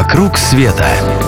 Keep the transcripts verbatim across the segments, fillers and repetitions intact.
«Вокруг света»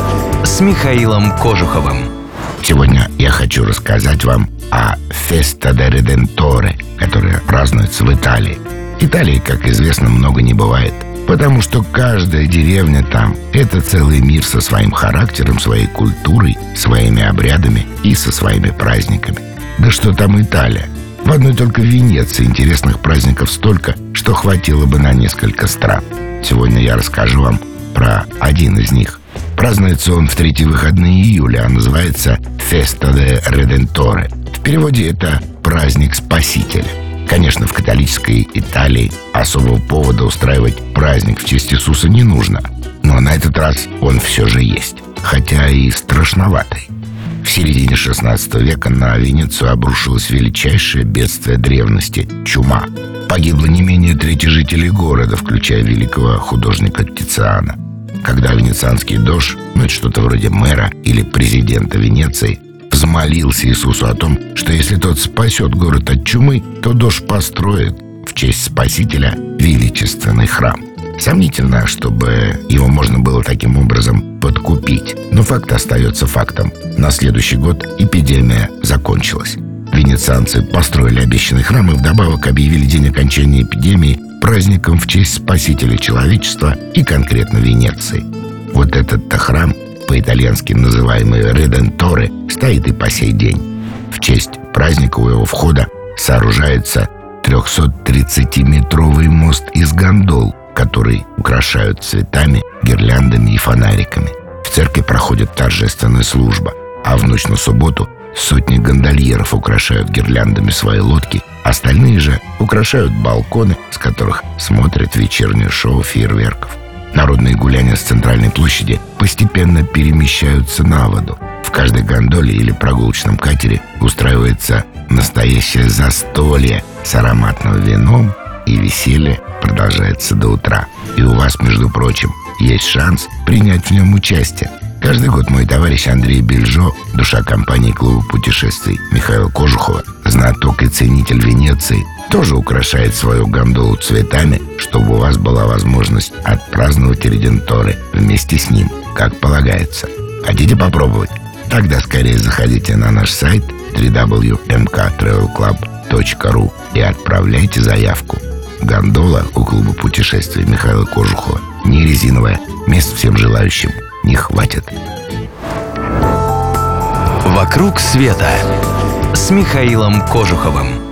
с Михаилом Кожуховым. Сегодня я хочу рассказать вам о Феста де Реденторе, которая празднуется в Италии. Италии, как известно, много не бывает, потому что каждая деревня там – это целый мир со своим характером, своей культурой, своими обрядами и со своими праздниками. Да что там Италия? В одной только Венеции интересных праздников столько, что хватило бы на несколько стран. Сегодня я расскажу вам про один из них. Празднуется он в третьи выходные июля, а называется «Феста де Реденторе». В переводе это «праздник Спасителя». Конечно, в католической Италии особого повода устраивать праздник в честь Иисуса не нужно. Но на этот раз он все же есть, хотя и страшноватый. В середине шестнадцатого века на Венецию обрушилось величайшее бедствие древности – чума. Погибло не менее трети жителей города, включая великого художника Тициана. Когда венецианский дож, ну это что-то вроде мэра или президента Венеции, взмолился Иисусу о том, что если тот спасет город от чумы, то дож построит в честь Спасителя величественный храм. Сомнительно, чтобы его можно было таким образом подкупить, но факт остается фактом. На следующий год эпидемия закончилась. Венецианцы построили обещанный храм и вдобавок объявили день окончания эпидемии праздником в честь Спасителя человечества и конкретно Венеции. Вот этот-то храм, по-итальянски называемый Реденторе, стоит и по сей день. В честь праздника у его входа сооружается трехсоттридцатиметровый мост из гондол, который украшают цветами, гирляндами и фонариками. В церкви проходит торжественная служба, а в ночь на субботу сотни гондольеров украшают гирляндами свои лодки, остальные же украшают балконы, с которых смотрят вечернее шоу фейерверков. Народные гуляния с центральной площади постепенно перемещаются на воду. В каждой гондоле или прогулочном катере устраивается настоящее застолье с ароматным вином, и веселье продолжается до утра. И у вас, между прочим, есть шанс принять в нем участие. Каждый год мой товарищ Андрей Бельжо, душа компании клуба путешествий Михаила Кожухова, знаток и ценитель Венеции, тоже украшает свою гондолу цветами, чтобы у вас была возможность отпраздновать Реденторе вместе с ним, как полагается. Хотите попробовать? Тогда скорее заходите на наш сайт дабл ю дабл ю дабл ю точка эм ка трэвел клаб точка ру и отправляйте заявку. Гондола у клуба путешествий Михаила Кожухова не резиновая, мест всем желающим не хватит. «Вокруг света» с Михаилом Кожуховым.